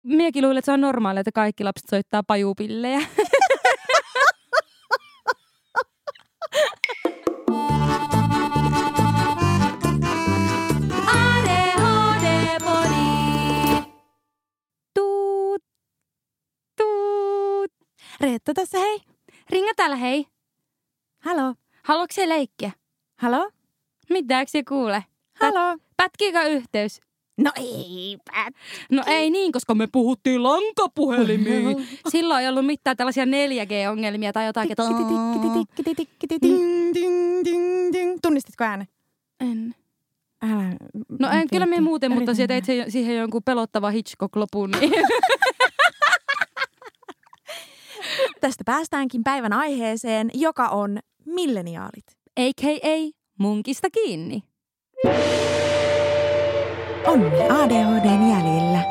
miekin luulen, että se on normaalia, että kaikki lapset soittaa pajupillejä. Tuut. Tuut. Reetta tässä, hei. Ringa täällä, hei. Halo. Haluatko se leikkiä? Halo? Mitä, eikö se kuule? Halo? Pätkiikö yhteys? No ei No ei niin, koska me puhuttiin lankapuhelimiin. Silloin ei ollut mitään tällaisia 4G-ongelmia tai jotakin. Tunnistitko äänen? En. Älä. No en, kyllä me muuten, mutta sä teit siihen jonkun pelottava Hitchcock-lopun. Niin. Tästä päästäänkin päivän aiheeseen, joka on milleniaalit. A.k.a. munkista kiinni. Onni ADHD:n jäljillä.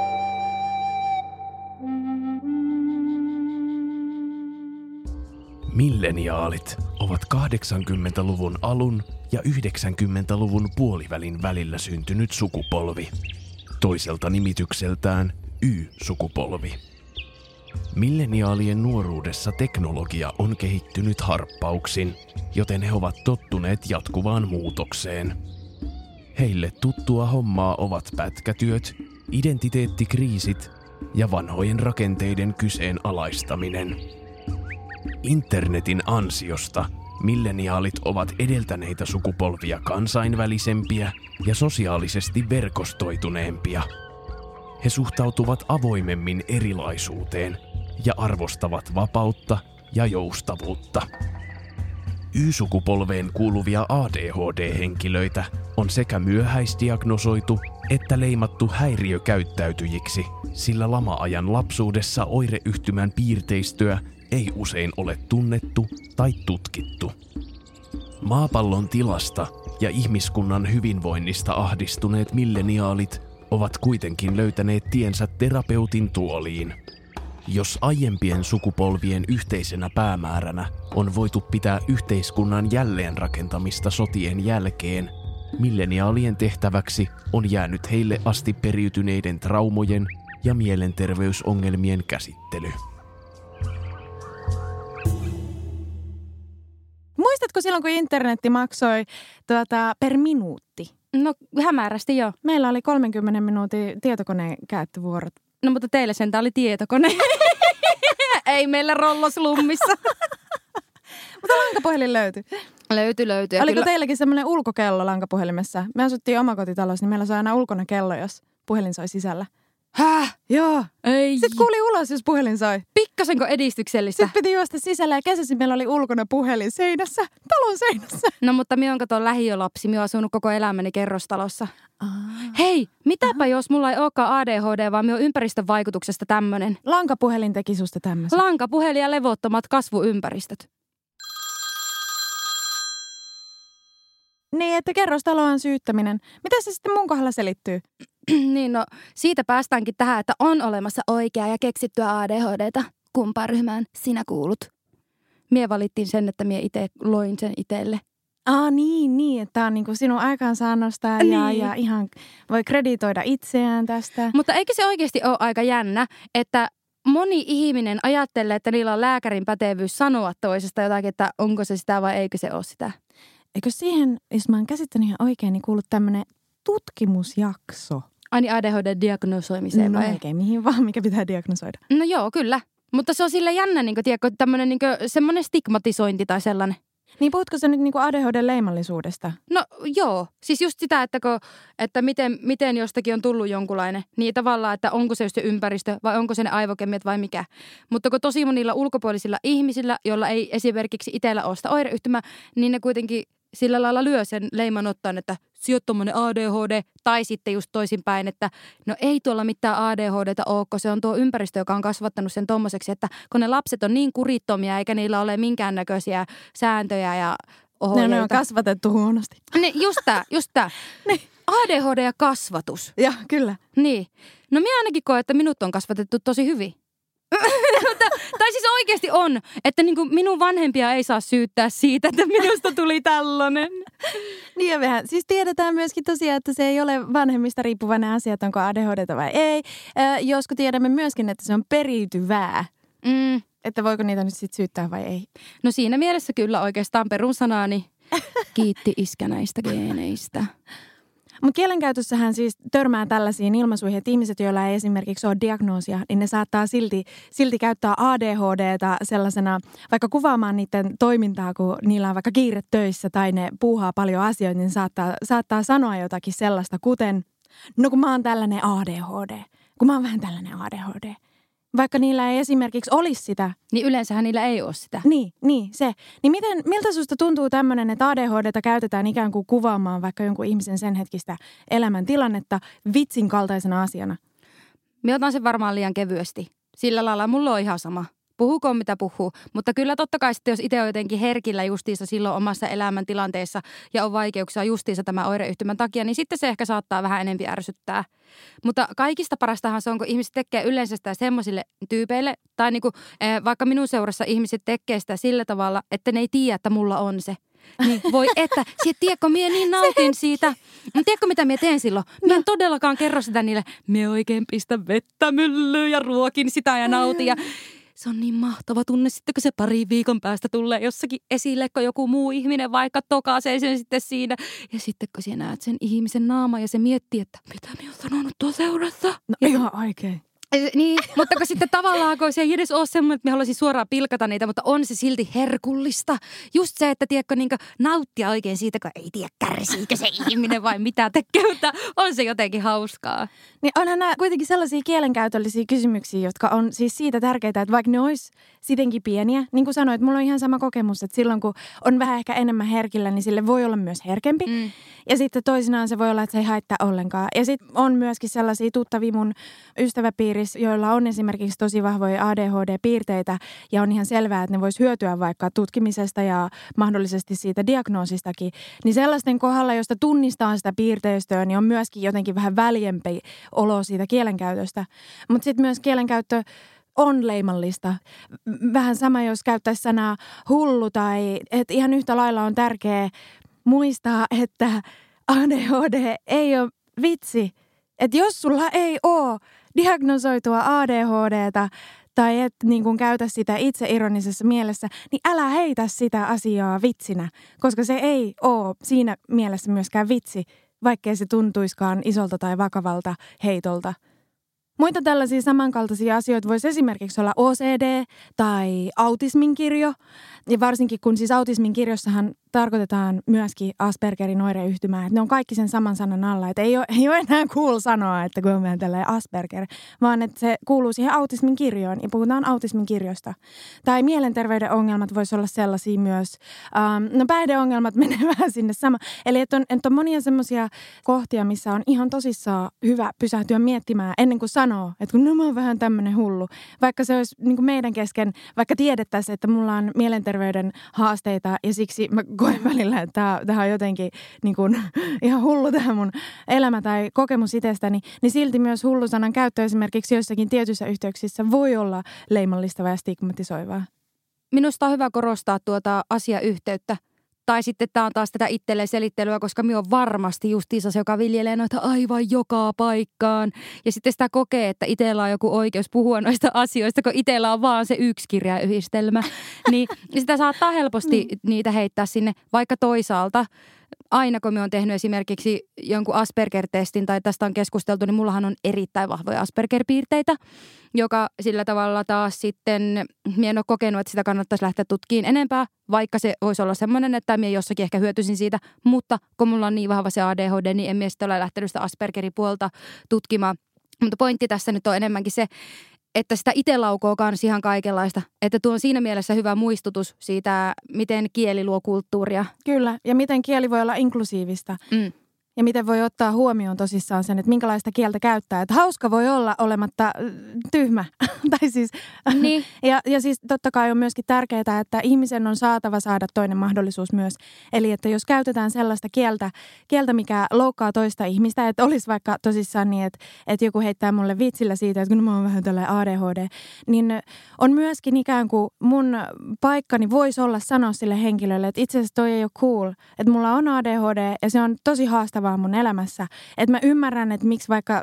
Milleniaalit ovat 80-luvun alun ja 90-luvun puolivälin välillä syntynyt sukupolvi. Toiselta nimitykseltään Y-sukupolvi. Milleniaalien nuoruudessa teknologia on kehittynyt harppauksin, joten he ovat tottuneet jatkuvaan muutokseen. Heille tuttua hommaa ovat pätkätyöt, identiteettikriisit ja vanhojen rakenteiden kyseenalaistaminen. Internetin ansiosta milleniaalit ovat edeltäneitä sukupolvia kansainvälisempiä ja sosiaalisesti verkostoituneempia. He suhtautuvat avoimemmin erilaisuuteen ja arvostavat vapautta ja joustavuutta. Y-sukupolveen kuuluvia ADHD-henkilöitä on sekä myöhäisdiagnosoitu että leimattu häiriökäyttäytyjiksi, sillä lama-ajan lapsuudessa oireyhtymän piirteistöä ei usein ole tunnettu tai tutkittu. Maapallon tilasta ja ihmiskunnan hyvinvoinnista ahdistuneet milleniaalit ovat kuitenkin löytäneet tiensä terapeutin tuoliin. Jos aiempien sukupolvien yhteisenä päämääränä on voitu pitää yhteiskunnan jälleenrakentamista sotien jälkeen, milleniaalien tehtäväksi on jäänyt heille asti periytyneiden traumojen ja mielenterveysongelmien käsittely. Muistatko silloin, kun internetti maksoi per minuutti? No hämärästi jo. Meillä oli 30 minuutin tietokoneen käyttövuorot. No mutta teille sentään oli tietokone. Ei meillä rolloslummissa. Mutta lankapuhelin löytyi. Löytyi. Oliko kyllä... teilläkin semmoinen ulkokello lankapuhelimessa? Me asuttiin omakotitalossa, niin meillä soi aina ulkona kello, jos puhelin soi sisällä. Häh? Joo. Ei. Sitten kuuli ulos, jos puhelin soi. Pikkasenko edistyksellistä? Sitten piti juosta sisällä ja kesäsi meillä oli ulkona puhelin seinässä, talon seinässä. No mutta minä oon kato lähiölapsi, minä oon asunut koko elämäni kerrostalossa. Hei, mitäpä jos mulla ei olekaan ADHD, vaan minä oon ympäristön vaikutuksesta tämmönen. Lankapuhelin teki susta tämmöisen. Lankapuhelin ja levottomat kasvuympäristöt. Niin, että kerrostaloon syyttäminen. Miten se sitten mun kohdalla selittyy? Niin no, siitä päästäänkin tähän, että on olemassa oikea ja keksittyä ADHDta. Kumpaan ryhmään sinä kuulut? Mie valittiin sen, että mie itse loin sen itselle. Niin, että tää on niinku sinun aikaansaannosta ja ihan voi kreditoida itseään tästä. Mutta eikö se oikeasti ole aika jännä, että moni ihminen ajattelee, että niillä on lääkärin pätevyys sanoa toisesta jotakin, että onko se sitä vai eikö se ole sitä? Eikö siihen, jos mä oon käsittänyt ihan oikein, niin kuullut tämmönen tutkimusjakso? Ai niin ADHD-diagnosoimiseen vai? No oikein, mihin vaan, mikä pitää diagnosoida. No joo, kyllä. Mutta se on sille jännä, niin tiedätkö, tämmöinen niin semmoinen stigmatisointi tai sellainen. Niin puhutko sä nyt niin ADHD-leimallisuudesta? No joo, siis just sitä, että miten jostakin on tullut jonkunlainen. Niin tavallaan, että onko se just se ympäristö vai onko se ne aivokemiat vai mikä. Mutta kun tosi monilla ulkopuolisilla ihmisillä, joilla ei esimerkiksi itsellä ole sitä oireyhtymää, niin ne kuitenkin sillä lailla lyö sen leiman ottaen, että sijoit tommonen ADHD, tai sitten just toisinpäin, että no ei tuolla mitään ADHDta ole, kun se on tuo ympäristö, joka on kasvattanut sen tommoseksi, että kun ne lapset on niin kurittomia, eikä niillä ole minkäännäköisiä sääntöjä ja ohjeita. Ne on kasvatettu huonosti. Just tää. Niin. ADHD ja kasvatus. Ja, kyllä. Niin. No minä ainakin koen, että minut on kasvatettu tosi hyvin. Tai siis oikeasti on, että niin kuin minun vanhempia ei saa syyttää siitä, että minusta tuli tällainen. Niin ja mehän siis tiedetään myöskin tosiaan, että se ei ole vanhemmista riippuvainen asia, että onko ADHDta vai ei. Josko tiedämme myöskin, että se on periytyvää. Että voiko niitä nyt sitten syyttää vai ei? No siinä mielessä kyllä oikeastaan perunsanaani kiitti iskä näistä geeneistä. Mutta kielenkäytössähän siis törmää tällaisiin ilmaisuihin, että ihmiset, joilla ei esimerkiksi ole diagnoosia, niin ne saattaa silti käyttää ADHDta sellaisena, vaikka kuvaamaan niiden toimintaa, kun niillä on vaikka kiire töissä tai ne puuhaa paljon asioita, niin saattaa sanoa jotakin sellaista, kuten, no kun mä oon tällainen ADHD, kun mä oon vähän tällainen ADHD. Vaikka niillä ei esimerkiksi olisi sitä. Niin yleensähän niillä ei ole sitä. Niin se. Niin miltä susta tuntuu tämmöinen, että ADHDta käytetään ikään kuin kuvaamaan vaikka jonkun ihmisen sen hetkistä elämäntilannetta vitsin kaltaisena asiana? Mä otan sen varmaan liian kevyesti. Sillä lailla mulla on ihan sama. Puhukoon mitä puhuu, mutta kyllä totta kai sitten, jos itse on jotenkin herkillä justiinsa silloin omassa elämäntilanteessa ja on vaikeuksia justiinsa tämän oireyhtymän takia, niin sitten se ehkä saattaa vähän enemmän ärsyttää. Mutta kaikista parastahan se on, kun ihmiset tekee yleensä sitä semmoisille tyypeille, tai niin kuin, vaikka minun seurassa ihmiset tekee sitä sillä tavalla, että ne ei tiedä, että mulla on se. Niin voi että, tiedätkö, mie niin nautin siitä. Tiedätkö, mitä mie teen silloin? Mie en todellakaan kerro sitä niille, mie oikein pistä vettä myllyyn ja ruokin sitä ja nautin ja se on niin mahtava tunne sitten, kun se pari viikon päästä tulee jossakin esille, kun joku muu ihminen vaikka tokaisee sen sitten siinä. Ja sitten kun sinä näet sen ihmisen naama ja se miettii, että mitä minä olen sanonut tuolla seurassa. No ihan oikein. Niin, mutta kun sitten tavallaan, kun se ei edes ole semmoinen, että me haluaisin suoraan pilkata niitä, mutta on se silti herkullista. Just se, että tiedätkö, niin nauttia oikein siitä, kun ei tiedä kärsiikö se ihminen vai mitä tekee, mutta on se jotenkin hauskaa. Niin onhan nämä kuitenkin sellaisia kielenkäytöllisiä kysymyksiä, jotka on siis siitä tärkeitä, että vaikka ne olisi sitenkin pieniä, niin kuin sanoit, mulla on ihan sama kokemus, että silloin kun on vähän ehkä enemmän herkillä, niin sille voi olla myös herkempi. Ja sitten toisinaan se voi olla, että se ei haittaa ollenkaan. Ja sitten on myöskin sellaisia tuttavia mun ystäväpiirissä, joilla on esimerkiksi tosi vahvoja ADHD-piirteitä ja on ihan selvää, että ne vois hyötyä vaikka tutkimisesta ja mahdollisesti siitä diagnoosistakin. Niin sellaisten kohdalla, josta tunnistaa sitä piirteistöä, niin on myöskin jotenkin vähän väljempi olo siitä kielenkäytöstä. Mutta sitten myös kielenkäyttö on leimallista. Vähän sama, jos käyttäisi sanaa hullu tai että ihan yhtä lailla on tärkeää muistaa, että ADHD ei ole vitsi. Että jos sulla ei ole diagnosoitua ADHDta tai et niin kun käytä sitä itse ironisessa mielessä, niin älä heitä sitä asiaa vitsinä, koska se ei ole siinä mielessä myöskään vitsi, vaikkei se tuntuiskaan isolta tai vakavalta heitolta. Muita tällaisia samankaltaisia asioita voisi esimerkiksi olla OCD tai autismin kirjo. Ja varsinkin kun siis autismin kirjossahan tarkoitetaan myöskin Aspergerin oireyhtymää. Että ne on kaikki sen saman sanan alla. Että ei ole enää cool sanoa, että kun on vähän tällainen Asperger, vaan että se kuuluu siihen autismin kirjoon ja puhutaan autismin kirjosta. Tai mielenterveyden ongelmat voisi olla sellaisia myös. No päihdeongelmat menee vähän sinne sama. Eli että on monia semmoisia kohtia, missä on ihan tosissaan hyvä pysähtyä miettimään ennen kuin sanoo, että kun mä oon vähän tämmöinen hullu. Vaikka se olisi niin kuin meidän kesken, vaikka tiedettäisiin, että mulla on mielenterveyden haasteita ja siksi mä koen välillä, että tämä on jotenkin niin kuin, ihan hullu tämä mun elämä tai kokemus itsestäni, niin silti myös hullusanan käyttö esimerkiksi joissakin tietyissä yhteyksissä voi olla leimallistavaa ja stigmatisoivaa. Minusta on hyvä korostaa tuota asiayhteyttä. Tai sitten tämä on taas tätä itselleen selittelyä, koska minä on varmasti justiinsa se, joka viljelee noita aivan joka paikkaan. Ja sitten sitä kokee, että itsellä on joku oikeus puhua noista asioista, kun itsellä on vaan se yksi kirjayhdistelmä. Niin sitä saattaa helposti niitä heittää sinne, vaikka toisaalta. Aina kun me on tehnyt esimerkiksi jonkun Asperger-testin tai tästä on keskusteltu, niin mullahan on erittäin vahvoja Asperger-piirteitä, joka sillä tavalla taas sitten, minä en ole kokenut, että sitä kannattaisi lähteä tutkiin enempää, vaikka se voisi olla semmoinen, että minä jossakin ehkä hyötyisin siitä, mutta kun mulla on niin vahva se ADHD, niin en minä sitten ole lähtenyt sitä Aspergerin puolta tutkimaan. Mutta pointti tässä nyt on enemmänkin se, että sitä itse laukoo kans ihan kaikenlaista. Että tuo on siinä mielessä hyvä muistutus siitä, miten kieli luo kulttuuria. Kyllä, ja miten kieli voi olla inklusiivista. Ja miten voi ottaa huomioon tosissaan sen, että minkälaista kieltä käyttää. Että hauska voi olla olematta tyhmä. Tai siis, Niin. ja siis totta kai on myöskin tärkeää, että ihmisen on saatava saada toinen mahdollisuus myös. Eli että jos käytetään sellaista kieltä, mikä loukkaa toista ihmistä, että olisi vaikka tosissaan niin, että joku heittää mulle vitsillä siitä, että kun mä oon vähän tällainen ADHD, niin on myöskin ikään kuin mun paikkani voisi olla sanoa sille henkilölle, että itse asiassa toi ei ole cool, että mulla on ADHD ja se on tosi haastavaa mun elämässä. Että mä ymmärrän, että miksi vaikka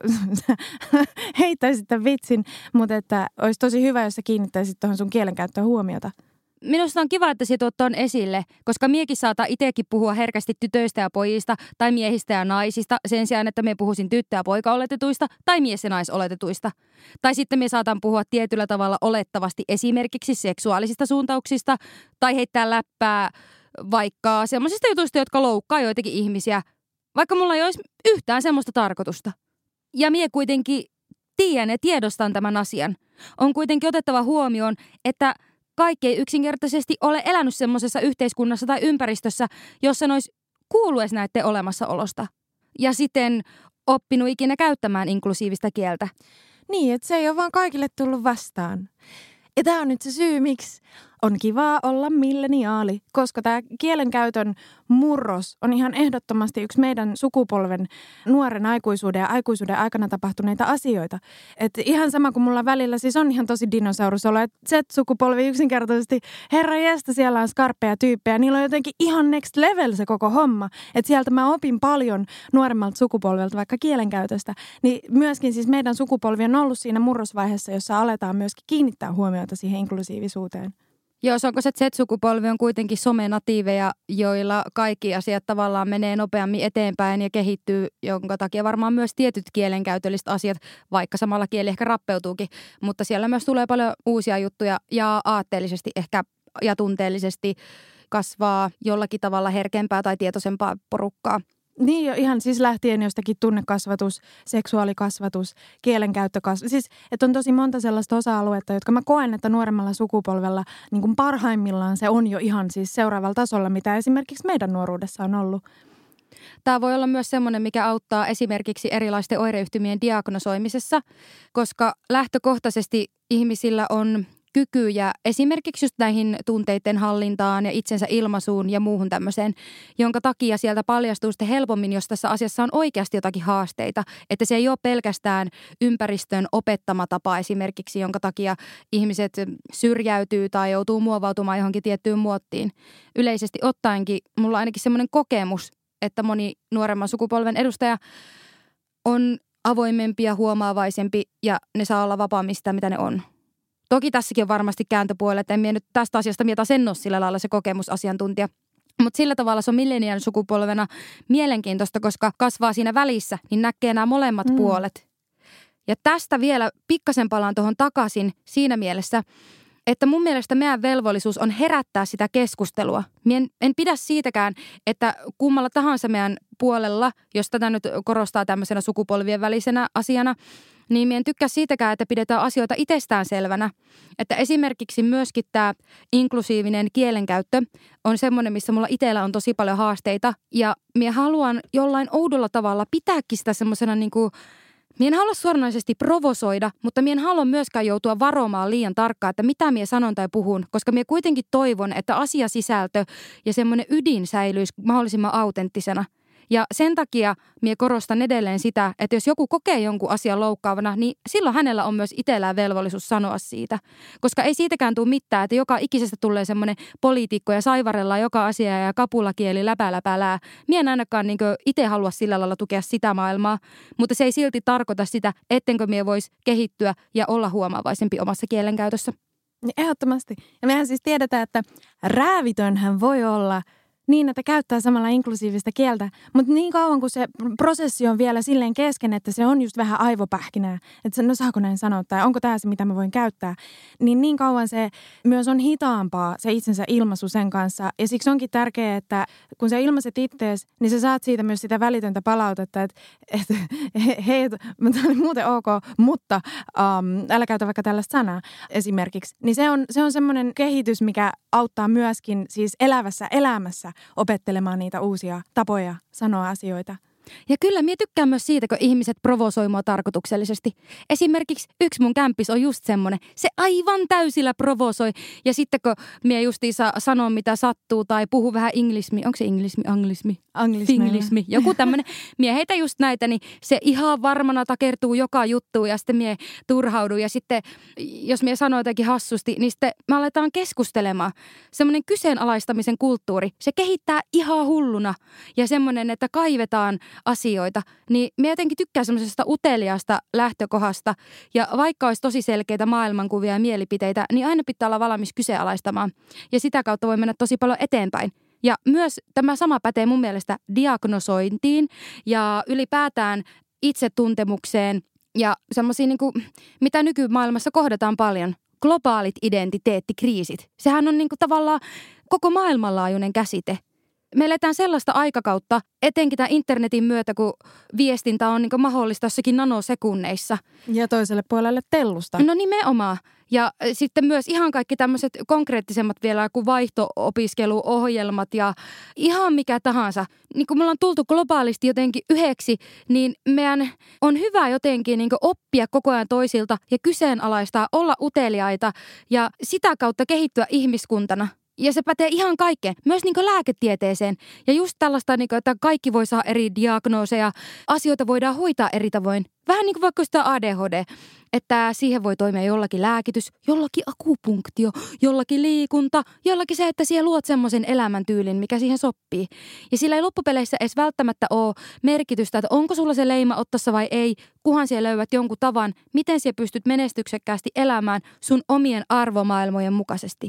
heittäisit tämän vitsin, mutta että olisi tosi hyvä, jos sä kiinnittäisit tuohon sun kielenkäyttöön huomiota. Minusta on kiva, että se tuot ton esille, koska miekin saattaa itsekin puhua herkästi tytöistä ja pojista tai miehistä ja naisista sen sijaan, että me puhuisin tyttö- ja poika-oletetuista tai mies- ja naisoletetuista. Tai sitten me saatan puhua tietyllä tavalla olettavasti esimerkiksi seksuaalisista suuntauksista tai heittää läppää vaikka semmoisista jutuista, jotka loukkaa joitakin ihmisiä, vaikka mulla ei olisi yhtään semmoista tarkoitusta. Ja mie kuitenkin tiedän ja tiedostan tämän asian. On kuitenkin otettava huomioon, että kaikki ei yksinkertaisesti ole elänyt semmoisessa yhteiskunnassa tai ympäristössä, jossa ne olisi kuullut edes näiden olemassaolosta. Ja siten oppinut ikinä käyttämään inklusiivista kieltä. Niin, että se ei ole vaan kaikille tullut vastaan. Ja tämä on nyt se syy, miksi on kivaa olla milleniaali, koska tämä kielenkäytön murros on ihan ehdottomasti yksi meidän sukupolven nuoren aikuisuuden ja aikuisuuden aikana tapahtuneita asioita. Että ihan sama kuin mulla välillä siis on ihan tosi dinosaurusolo, että Z-sukupolvi yksinkertaisesti, herra jästä, siellä on skarppeja tyyppejä, niillä on jotenkin ihan next level se koko homma. Että sieltä mä opin paljon nuoremmalta sukupolvelta vaikka kielenkäytöstä, niin myöskin siis meidän sukupolvi on ollut siinä murrosvaiheessa, jossa aletaan myöskin kiinnittää huomiota siihen inklusiivisuuteen. Joo, se onko se Z-sukupolvi on kuitenkin somenatiiveja, joilla kaikki asiat tavallaan menee nopeammin eteenpäin ja kehittyy, jonka takia varmaan myös tietyt kielenkäytölliset asiat, vaikka samalla kieli ehkä rappeutuukin, mutta siellä myös tulee paljon uusia juttuja ja aatteellisesti ehkä ja tunteellisesti kasvaa jollakin tavalla herkempää tai tietoisempaa porukkaa. Niin jo ihan siis lähtien jostakin tunnekasvatus, seksuaalikasvatus, kielenkäyttökasvatus. Siis että on tosi monta sellaista osa-aluetta, jotka mä koen, että nuoremmalla sukupolvella niin kuin parhaimmillaan se on jo ihan siis seuraavalla tasolla, mitä esimerkiksi meidän nuoruudessa on ollut. Tämä voi olla myös semmoinen, mikä auttaa esimerkiksi erilaisten oireyhtymien diagnosoimisessa, koska lähtökohtaisesti ihmisillä on kykyjä esimerkiksi just näihin tunteiden hallintaan ja itsensä ilmaisuun ja muuhun tämmöiseen, jonka takia sieltä paljastuu sitten helpommin, jos tässä asiassa on oikeasti jotakin haasteita. Että se ei ole pelkästään ympäristön opettama tapa esimerkiksi, jonka takia ihmiset syrjäytyy tai joutuu muovautumaan johonkin tiettyyn muottiin. Yleisesti ottaenkin mulla on ainakin semmoinen kokemus, että moni nuoremman sukupolven edustaja on avoimempi ja huomaavaisempi ja ne saa olla vapaammin sitä, mitä ne on. Toki tässäkin on varmasti kääntöpuolella, että en mie nyt tästä asiasta mieltä sen ole sillä lailla se kokemusasiantuntija. Mutta sillä tavalla se on millennial sukupolvena mielenkiintoista, koska kasvaa siinä välissä, niin näkee nämä molemmat puolet. Ja tästä vielä pikkasen palaan tuohon takaisin siinä mielessä, että mun mielestä meidän velvollisuus on herättää sitä keskustelua. En pidä siitäkään, että kummalla tahansa meidän puolella, jos tätä nyt korostaa tämmöisenä sukupolvien välisenä asiana, niin en tykkää siitäkään, että pidetään asioita itsestäänselvänä. Että esimerkiksi myöskin tämä inklusiivinen kielenkäyttö on semmoinen, missä mulla itsellä on tosi paljon haasteita. Ja minä haluan jollain oudolla tavalla pitääkin sitä semmoisena niinku, minä en halua suoranaisesti provosoida, mutta minä en halua myöskään joutua varomaan liian tarkkaan, että mitä minä sanon tai puhun, koska minä kuitenkin toivon, että asiasisältö ja semmoinen ydin säilyisi mahdollisimman autenttisena. Ja sen takia minä korostan edelleen sitä, että jos joku kokee jonkun asian loukkaavana, niin silloin hänellä on myös itsellään velvollisuus sanoa siitä. Koska ei siitäkään tule mitään, että joka ikisestä tulee semmoinen poliitikko ja saivarellaan joka asia ja kapulakieli läpälää. Minä en ainakaan itse halua sillä lailla tukea sitä maailmaa, mutta se ei silti tarkoita sitä, ettenkö minä voisi kehittyä ja olla huomaavaisempi omassa kielenkäytössä. Ehdottomasti. Ja mehän siis tiedetään, että räävitönhän voi olla niin, että käyttää samalla inklusiivista kieltä, mutta niin kauan kuin se prosessi on vielä silleen kesken, että se on just vähän aivopähkinää, että no saako näin sanoa tai onko tämä se, mitä mä voin käyttää, niin kauan se myös on hitaampaa se itsensä ilmaisu sen kanssa. Ja siksi onkin tärkeää, että kun sä ilmaiset ittees, niin sä saat siitä myös sitä välitöntä palautetta, että hei, tämä oli muuten ok, mutta älä käytä vaikka tällaista sanaa esimerkiksi. Niin se on semmoinen kehitys, mikä auttaa myöskin siis elävässä elämässä opettelemaan niitä uusia tapoja sanoa asioita. Ja kyllä minä tykkään myös siitä, kun ihmiset provosoi mua tarkoituksellisesti. Esimerkiksi yksi mun kämppis on just semmoinen. Se aivan täysillä provosoi. Ja sitten kun minä justiinsa sanon mitä sattuu tai puhu vähän inglismi. Onko se anglismi? Finglismi. Joku tämmöinen. Minä heitä just näitä, niin se ihan varmana takertuu joka juttuun ja sitten minä turhaudun. Ja sitten jos minä sanon jotakin hassusti, niin sitten me aletaan keskustelemaan. Semmoinen kyseenalaistamisen kulttuuri, se kehittää ihan hulluna. Ja semmoinen, että kaivetaan asioita, niin minä jotenkin tykkään semmoisesta uteliaasta lähtökohdasta. Ja vaikka olisi tosi selkeitä maailmankuvia ja mielipiteitä, niin aina pitää olla valmis kyseenalaistamaan. Ja sitä kautta voi mennä tosi paljon eteenpäin. Ja myös tämä sama pätee mun mielestä diagnosointiin ja ylipäätään itsetuntemukseen ja semmoisiin, niin kuin, mitä nykymaailmassa kohdataan paljon. Globaalit identiteettikriisit. Sehän on niin kuin tavallaan koko maailmanlaajuinen käsite. Me eletään sellaista aikakautta, etenkin tämän internetin myötä, kun viestintä on niin kuin mahdollista jossakin nanosekunneissa. Ja toiselle puolelle tellusta. No nimenomaan. Ja sitten myös ihan kaikki tämmöiset konkreettisemmat vielä kuin vaihto-opiskeluohjelmat ja ihan mikä tahansa. Niin kun me ollaan tultu globaalisti jotenkin yhdeksi, niin meidän on hyvä jotenkin niin kuin oppia koko ajan toisilta ja kyseenalaistaa, olla uteliaita ja sitä kautta kehittyä ihmiskuntana. Ja se pätee ihan kaikkeen, myös niin kuin lääketieteeseen. Ja just tällaista, niin kuin, että kaikki voi saada eri diagnooseja, asioita voidaan hoitaa eri tavoin. Vähän niin kuin vaikka sitä ADHD, että siihen voi toimia jollakin lääkitys, jollakin akupunktio, jollakin liikunta, jollakin se, että siellä luot semmoisen elämäntyylin, mikä siihen sopii. Ja sillä ei loppupeleissä edes välttämättä ole merkitystä, että onko sulla se leima ottassa vai ei, kunhan siellä löydät jonkun tavan, miten siellä pystyt menestyksekkäästi elämään sun omien arvomaailmojen mukaisesti.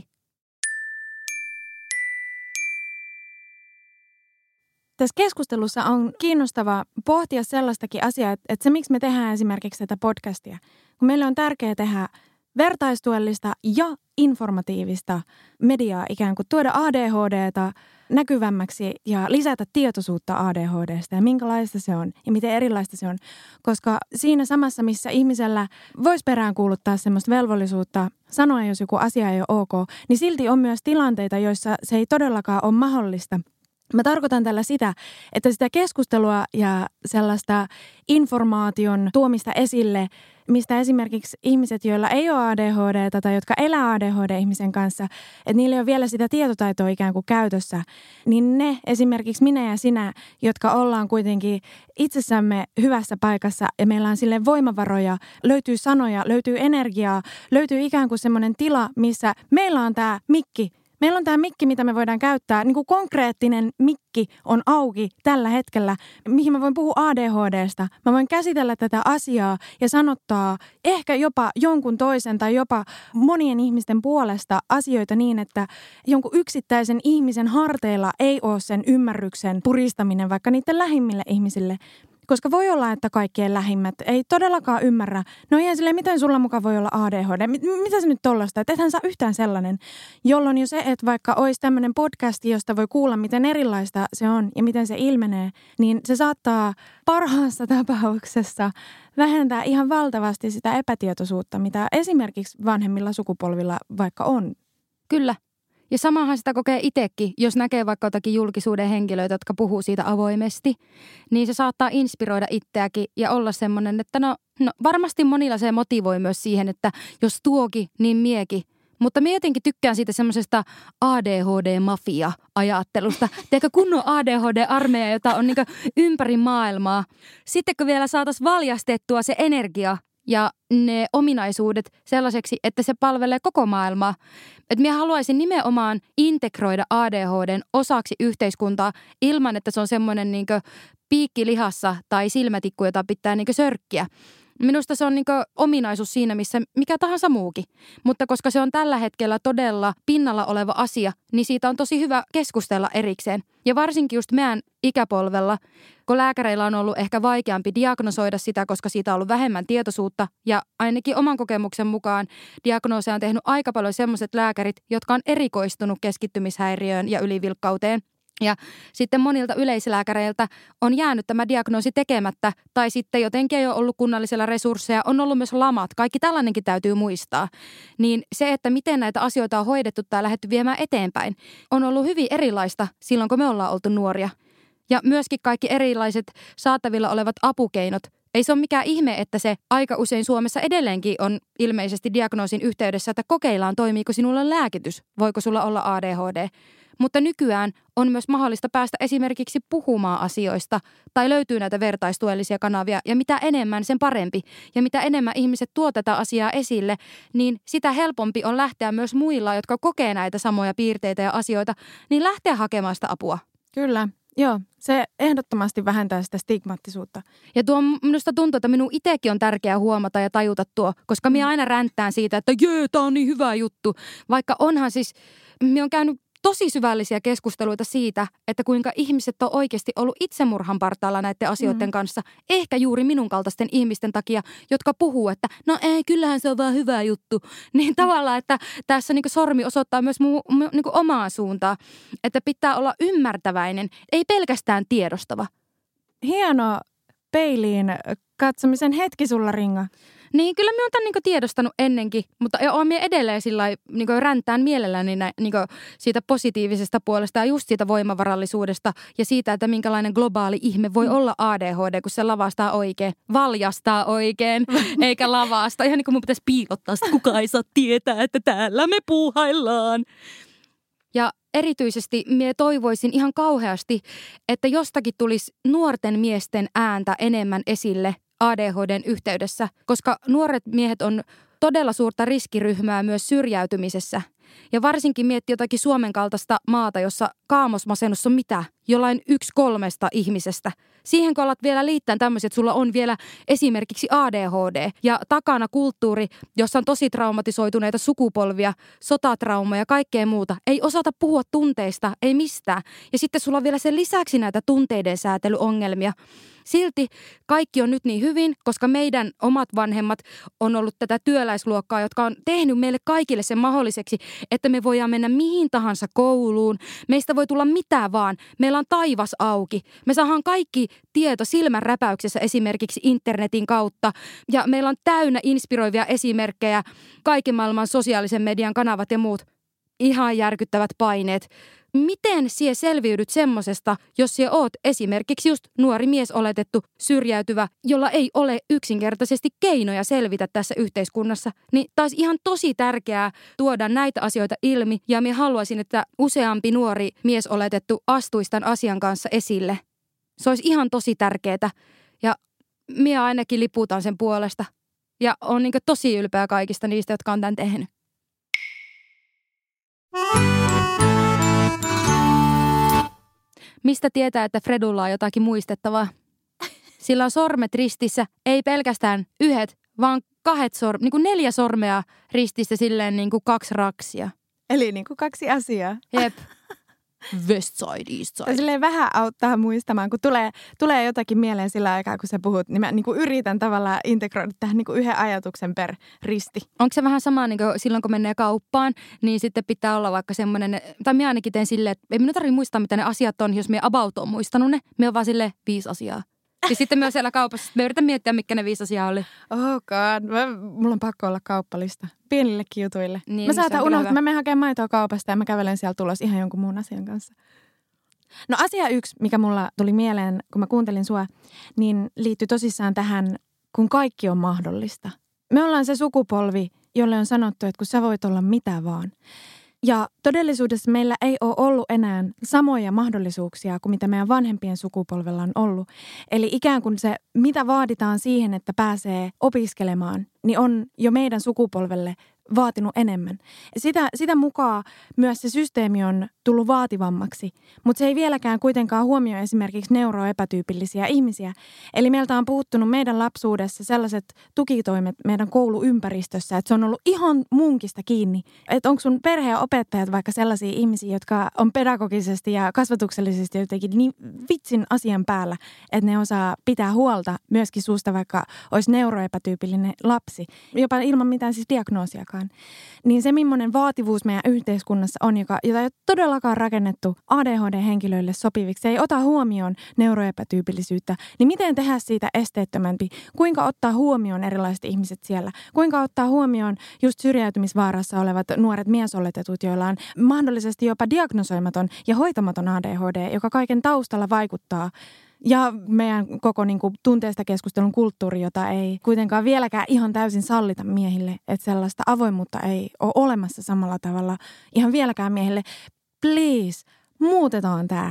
Tässä keskustelussa on kiinnostavaa pohtia sellaistakin asiaa, että se miksi me tehdään esimerkiksi tätä podcastia. Kun meille on tärkeää tehdä vertaistuellista ja informatiivista mediaa, ikään kuin tuoda ADHDta näkyvämmäksi ja lisätä tietoisuutta ADHDsta ja minkälaista se on ja miten erilaista se on. Koska siinä samassa, missä ihmisellä voisi peräänkuuluttaa semmoista velvollisuutta sanoa, jos joku asia ei ole ok, niin silti on myös tilanteita, joissa se ei todellakaan ole mahdollista. Mä tarkoitan tällä sitä, että sitä keskustelua ja sellaista informaation tuomista esille, mistä esimerkiksi ihmiset, joilla ei ole ADHDta tai jotka elää ADHD-ihmisen kanssa, että niillä ei ole vielä sitä tietotaitoa ikään kuin käytössä, niin ne esimerkiksi minä ja sinä, jotka ollaan kuitenkin itsessämme hyvässä paikassa ja meillä on sille voimavaroja, löytyy sanoja, löytyy energiaa, löytyy ikään kuin semmoinen tila, missä meillä on tämä mikki. Meillä on tämä mikki, mitä me voidaan käyttää. Niin kuin konkreettinen mikki on auki tällä hetkellä, mihin mä voin puhua ADHDsta. Mä voin käsitellä tätä asiaa ja sanottaa ehkä jopa jonkun toisen tai jopa monien ihmisten puolesta asioita niin, että jonkun yksittäisen ihmisen harteilla ei ole sen ymmärryksen puristaminen vaikka niiden lähimmille ihmisille. Koska voi olla, että kaikkien lähimmät ei todellakaan ymmärrä. No ihan silleen, miten sulla mukaan voi olla ADHD? Mitä se nyt tollaista? Että ethän saa yhtään sellainen. Jolloin jo se, että vaikka olisi tämmöinen podcast, josta voi kuulla, miten erilaista se on ja miten se ilmenee, niin se saattaa parhaassa tapauksessa vähentää ihan valtavasti sitä epätietoisuutta, mitä esimerkiksi vanhemmilla sukupolvilla vaikka on. Kyllä. Ja samahan sitä kokee itsekin, jos näkee vaikka jotakin julkisuuden henkilöitä, jotka puhuu siitä avoimesti, niin se saattaa inspiroida itseäkin ja olla semmoinen, että no varmasti monilla se motivoi myös siihen, että jos tuokin, niin miekin. Mutta minä jotenkin tykkään siitä semmoisesta ADHD-mafia-ajattelusta. Teekö kunnon ADHD-armeija, jota on niin ympäri maailmaa. Sitten kun vielä saataisiin valjastettua se energia ja ne ominaisuudet sellaiseksi, että se palvelee koko maailmaa. Että minä haluaisin nimenomaan integroida ADHDn osaksi yhteiskuntaa ilman, että se on semmoinen niin kuin piikki lihassa tai silmätikku, jota pitää niin kuin sörkkiä. Minusta se on niin kuin ominaisuus siinä, missä mikä tahansa muukin. Mutta koska se on tällä hetkellä todella pinnalla oleva asia, niin siitä on tosi hyvä keskustella erikseen. Ja varsinkin just meidän ikäpolvella, kun lääkäreillä on ollut ehkä vaikeampi diagnosoida sitä, koska siitä on ollut vähemmän tietoisuutta. Ja ainakin oman kokemuksen mukaan diagnooseja on tehnyt aika paljon sellaiset lääkärit, jotka on erikoistunut keskittymishäiriöön ja ylivilkkauteen. Ja sitten monilta yleislääkäreiltä on jäänyt tämä diagnoosi tekemättä tai sitten jotenkin ei ole ollut kunnallisella resursseja, on ollut myös lamat, kaikki tällainenkin täytyy muistaa. Niin se, että miten näitä asioita on hoidettu tai lähdetty viemään eteenpäin, on ollut hyvin erilaista silloin, kun me ollaan oltu nuoria. Ja myöskin kaikki erilaiset saatavilla olevat apukeinot. Ei se ole mikään ihme, että se aika usein Suomessa edelleenkin on ilmeisesti diagnoosin yhteydessä, että kokeillaan, toimiiko sinulla lääkitys, voiko sulla olla ADHD. Mutta nykyään on myös mahdollista päästä esimerkiksi puhumaan asioista tai löytyy näitä vertaistuellisia kanavia ja mitä enemmän sen parempi. Ja mitä enemmän ihmiset tuo tätä asiaa esille, niin sitä helpompi on lähteä myös muilla, jotka kokee näitä samoja piirteitä ja asioita, niin lähteä hakemaan sitä apua. Kyllä. Joo, se ehdottomasti vähentää sitä stigmaattisuutta. Ja tuo minusta tuntuu, että minun itsekin on tärkeää huomata ja tajuta tuo, koska minä aina ränttään siitä, että tää on niin hyvä juttu. Vaikka onhan siis, minä on käynyt tosi syvällisiä keskusteluita siitä, että kuinka ihmiset on oikeasti ollut itsemurhan partaalla näiden asioiden kanssa. Ehkä juuri minun kaltaisten ihmisten takia, jotka puhuu, että no ei, kyllähän se on vaan hyvä juttu. Niin tavallaan, että tässä niinku sormi osoittaa myös niinku omaa suuntaa, että pitää olla ymmärtäväinen, ei pelkästään tiedostava. Hieno peiliin katsomisen hetki sulla, Ringa. Niin, kyllä minä olen tämän niinku tiedostanut ennenkin, mutta olen minä edelleen sillai, niinku räntään mielelläni niinku siitä positiivisesta puolesta ja just siitä voimavarallisuudesta ja siitä, että minkälainen globaali ihme voi olla ADHD, kun se lavastaa oikein, valjastaa oikein, eikä lavasta. Ihan niin kuin mun pitäisi piilottaa, että kukaan ei saa tietää, että täällä me puuhaillaan. Ja erityisesti minä toivoisin ihan kauheasti, että jostakin tulisi nuorten miesten ääntä enemmän esille ADHDn yhteydessä, koska nuoret miehet on todella suurta riskiryhmää myös syrjäytymisessä. Ja varsinkin mietti jotakin Suomen kaltaista maata, jossa kaamosmasennus on mitä? Jollain 1/3 ihmisestä. Siihen kun alat vielä liittää tämmöiset, että sulla on vielä esimerkiksi ADHD ja takana kulttuuri, jossa on tosi traumatisoituneita sukupolvia, sotatraumaa ja kaikkea muuta. Ei osata puhua tunteista, ei mistään. Ja sitten sulla on vielä sen lisäksi näitä tunteiden säätelyongelmia. Silti kaikki on nyt niin hyvin, koska meidän omat vanhemmat on ollut tätä työläisluokkaa, jotka on tehnyt meille kaikille sen mahdolliseksi, että me voidaan mennä mihin tahansa kouluun. Meistä voi tulla mitä vaan. Meillä on taivas auki. Me saadaan kaikki tieto silmänräpäyksessä esimerkiksi internetin kautta. Ja meillä on täynnä inspiroivia esimerkkejä, kaiken maailman sosiaalisen median kanavat ja muut. Ihan järkyttävät paineet. Miten sie selviydyt semmosesta, jos sie oot esimerkiksi just nuori mies oletettu, syrjäytyvä, jolla ei ole yksinkertaisesti keinoja selvitä tässä yhteiskunnassa, niin taas ihan tosi tärkeää tuoda näitä asioita ilmi ja minä haluaisin, että useampi nuori mies oletettu astuisi tämän asian kanssa esille. Se olisi ihan tosi tärkeää ja minä ainakin liputan sen puolesta ja olen niin tosi ylpeä kaikista niistä, jotka on tämän tehnyt. Mistä tietää, että Fredulla on jotakin muistettavaa? Sillä on sormet ristissä, ei pelkästään yhdet, vaan 4 sormea ristissä silleen niin kuin 2 raksia. Eli niin kuin 2 asiaa. Jep. West side, east side. Silleen vähän auttaa muistamaan, kun tulee jotakin mieleen sillä aikaa, kun sä puhut, niin mä niin kuin yritän tavallaan integroida tähän niin kuin yhden ajatuksen per risti. Onko se vähän sama niin kuin silloin, kun menee kauppaan, niin sitten pitää olla vaikka semmoinen, tai minä ainakin teen silleen, että ei minun tarvitse muistaa, mitä ne asiat on, jos minä about on muistanut ne. Minä on vaan silleen 5 asiaa. Ja sitten myös siellä kaupassa, me yritän miettiä, mitkä ne 5 asiaa oli. Oh god, mulla on pakko olla kauppalista. Pienillekin jutuille. Niin, mä saatan unohtaa, mä menen hakemaan maitoa kaupasta ja mä kävelen siellä tulos ihan jonkun muun asian kanssa. No asia 1, mikä mulla tuli mieleen, kun mä kuuntelin sua, niin liittyy tosissaan tähän, kun kaikki on mahdollista. Me ollaan se sukupolvi, jolle on sanottu, että kun sä voit olla mitä vaan. Ja todellisuudessa meillä ei ole ollut enää samoja mahdollisuuksia kuin mitä meidän vanhempien sukupolvella on ollut. Eli ikään kuin se, mitä vaaditaan siihen, että pääsee opiskelemaan, niin on jo meidän sukupolvelle vaatinut enemmän. Sitä mukaan myös se systeemi on tullut vaativammaksi, mutta se ei vieläkään kuitenkaan huomioi esimerkiksi neuroepätyypillisiä ihmisiä. Eli meiltä on puuttunut meidän lapsuudessa sellaiset tukitoimet meidän kouluympäristössä, että se on ollut ihan munkista kiinni. Että onko sun perhe ja opettajat vaikka sellaisia ihmisiä, jotka on pedagogisesti ja kasvatuksellisesti jotenkin niin vitsin asian päällä, että ne osaa pitää huolta myöskin susta, vaikka olisi neuroepätyypillinen lapsi, jopa ilman mitään siis diagnoosiakaan. ollenkaan. Niin se, millainen vaativuus meidän yhteiskunnassa on, jota ei ole todellakaan rakennettu ADHD-henkilöille sopiviksi, se ei ota huomioon neuroepätyypillisyyttä, niin miten tehdä siitä esteettömämpi? Kuinka ottaa huomioon erilaiset ihmiset siellä? Kuinka ottaa huomioon just syrjäytymisvaarassa olevat nuoret miesoletetut, joilla on mahdollisesti jopa diagnosoimaton ja hoitamaton ADHD, joka kaiken taustalla vaikuttaa. Ja meidän koko tunteesta keskustelun kulttuuri, jota ei kuitenkaan vieläkään ihan täysin sallita miehille, että sellaista avoimuutta ei ole olemassa samalla tavalla ihan vieläkään miehille. Please, muutetaan tämä.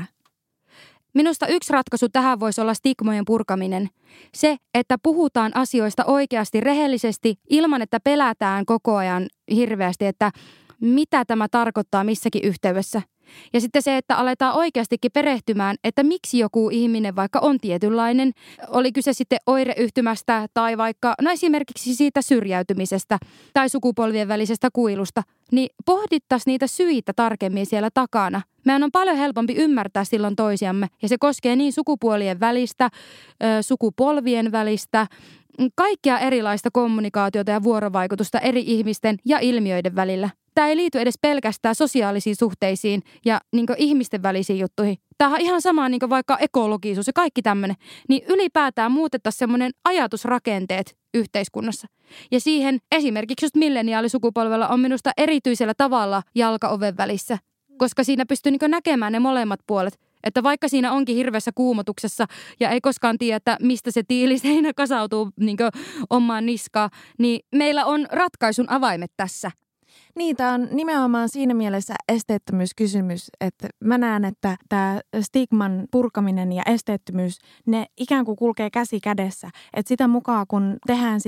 Minusta yksi ratkaisu tähän voisi olla stigmojen purkaminen. Se, että puhutaan asioista oikeasti rehellisesti ilman, että pelätään koko ajan hirveästi, että mitä tämä tarkoittaa missäkin yhteydessä. Ja sitten se, että aletaan oikeastikin perehtymään, että miksi joku ihminen vaikka on tietynlainen, oli kyse sitten oireyhtymästä tai vaikka esimerkiksi siitä syrjäytymisestä tai sukupolvien välisestä kuilusta, niin pohdittaisiin niitä syitä tarkemmin siellä takana. Meidän on paljon helpompi ymmärtää silloin toisiamme ja se koskee niin sukupuolien välistä, sukupolvien välistä, kaikkea erilaista kommunikaatiota ja vuorovaikutusta eri ihmisten ja ilmiöiden välillä. Tämä ei liity edes pelkästään sosiaalisiin suhteisiin ja ihmisten välisiin juttuihin. Tämä on ihan sama vaikka ekologisuus ja kaikki tämmöinen. Niin ylipäätään muutettaisiin semmoinen ajatusrakenteet yhteiskunnassa. Ja siihen esimerkiksi just milleniaalisukupolvella on minusta erityisellä tavalla jalka oven välissä. Koska siinä pystyy näkemään ne molemmat puolet. Että vaikka siinä onkin hirveässä kuumotuksessa ja ei koskaan tiedä, että mistä se tiiliseinä kasautuu omaan niskaan, niin meillä on ratkaisun avaimet tässä. Niin, tämä on nimenomaan siinä mielessä esteettömyyskysymys, että mä näen, että tämä stigman purkaminen ja esteettömyys, ne ikään kuin kulkee käsi kädessä. Että sitä mukaan, kun tehdään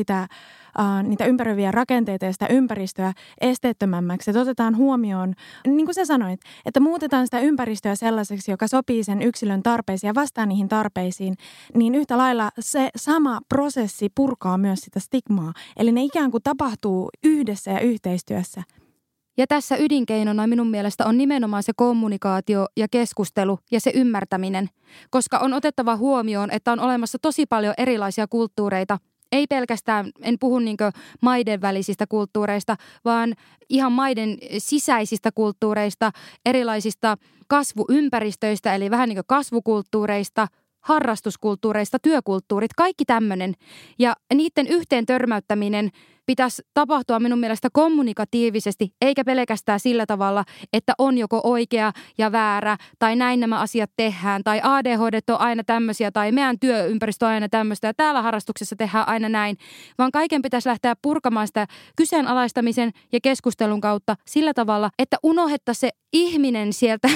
niitä ympäröiviä rakenteita ja sitä ympäristöä esteettömämmäksi, että otetaan huomioon, niin kuin sä sanoit, että muutetaan sitä ympäristöä sellaiseksi, joka sopii sen yksilön tarpeisiin ja vastaa niihin tarpeisiin, niin yhtä lailla se sama prosessi purkaa myös sitä stigmaa. Eli ne ikään kuin tapahtuu yhdessä ja yhteistyössä. Ja tässä ydinkeinona minun mielestä on nimenomaan se kommunikaatio ja keskustelu ja se ymmärtäminen, koska on otettava huomioon, että on olemassa tosi paljon erilaisia kulttuureita. Ei pelkästään, en puhu maiden välisistä kulttuureista, vaan ihan maiden sisäisistä kulttuureista, erilaisista kasvuympäristöistä, eli vähän kasvukulttuureista, harrastuskulttuureista, työkulttuurit, kaikki tämmöinen. Ja niiden yhteen törmäyttäminen pitäisi tapahtua minun mielestä kommunikatiivisesti, eikä pelkästään sillä tavalla, että on joko oikea ja väärä, tai näin nämä asiat tehdään, tai ADHD on aina tämmöisiä, tai meidän työympäristö on aina tämmöistä, ja täällä harrastuksessa tehdään aina näin, vaan kaiken pitäisi lähteä purkamaan sitä kyseenalaistamisen ja keskustelun kautta sillä tavalla, että unohdettaisiin se ihminen sieltä.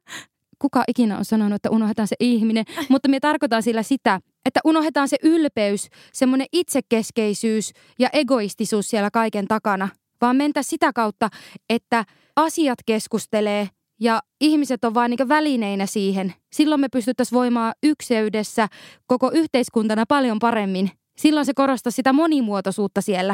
Kuka ikinä on sanonut, että unohdetaan se ihminen, mutta me tarkoitan sillä sitä, että unohdetaan se ylpeys, semmoinen itsekeskeisyys ja egoistisuus siellä kaiken takana, vaan mentä sitä kautta, että asiat keskustelee ja ihmiset on vaan välineinä siihen. Silloin me pystyttäisiin voimaan ykseydessä koko yhteiskuntana paljon paremmin. Silloin se korostaa sitä monimuotoisuutta siellä.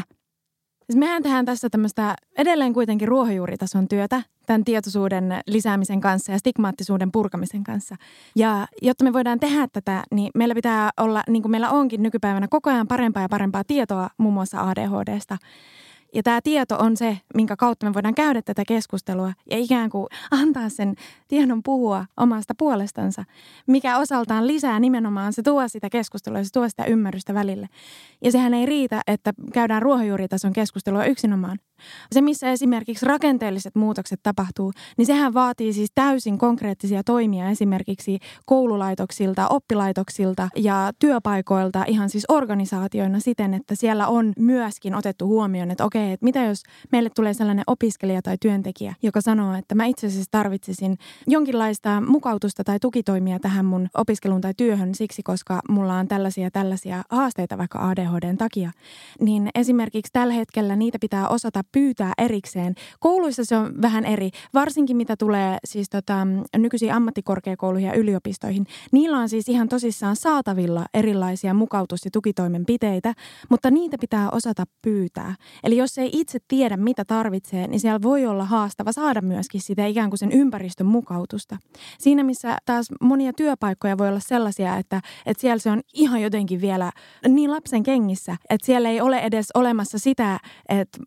Mehän tehdään tässä tämmöistä edelleen kuitenkin ruohonjuuritason työtä tämän tietoisuuden lisäämisen kanssa ja stigmaattisuuden purkamisen kanssa. Ja jotta me voidaan tehdä tätä, niin meillä pitää olla, niin kuin meillä onkin nykypäivänä, koko ajan parempaa ja parempaa tietoa muun muassa ADHDsta. Ja tämä tieto on se, minkä kautta me voidaan käydä tätä keskustelua ja ikään kuin antaa sen tiedon puhua omasta puolestansa, mikä osaltaan lisää nimenomaan, se tuo sitä keskustelua ja se tuo sitä ymmärrystä välille. Ja sehän ei riitä, että käydään ruohonjuuritason keskustelua yksinomaan. Se, missä esimerkiksi rakenteelliset muutokset tapahtuu, niin sehän vaatii siis täysin konkreettisia toimia esimerkiksi koululaitoksilta, oppilaitoksilta ja työpaikoilta ihan siis organisaatioina siten, että siellä on myöskin otettu huomioon, että okei, että mitä jos meille tulee sellainen opiskelija tai työntekijä, joka sanoo, että mä itse asiassa tarvitsisin jonkinlaista mukautusta tai tukitoimia tähän mun opiskeluun tai työhön siksi, koska mulla on tällaisia haasteita vaikka ADHDn takia, niin esimerkiksi tällä hetkellä niitä pitää osata pyytää erikseen. Kouluissa se on vähän eri, varsinkin mitä tulee siis nykyisiin ammattikorkeakouluihin ja yliopistoihin. Niillä on siis ihan tosissaan saatavilla erilaisia mukautus- ja tukitoimenpiteitä, mutta niitä pitää osata pyytää. Eli jos ei itse tiedä, mitä tarvitsee, niin siellä voi olla haastava saada myöskin sitä ikään kuin sen ympäristön mukautusta. Siinä, missä taas monia työpaikkoja voi olla sellaisia, että siellä se on ihan jotenkin vielä niin lapsen kengissä, että siellä ei ole edes olemassa sitä, että moi,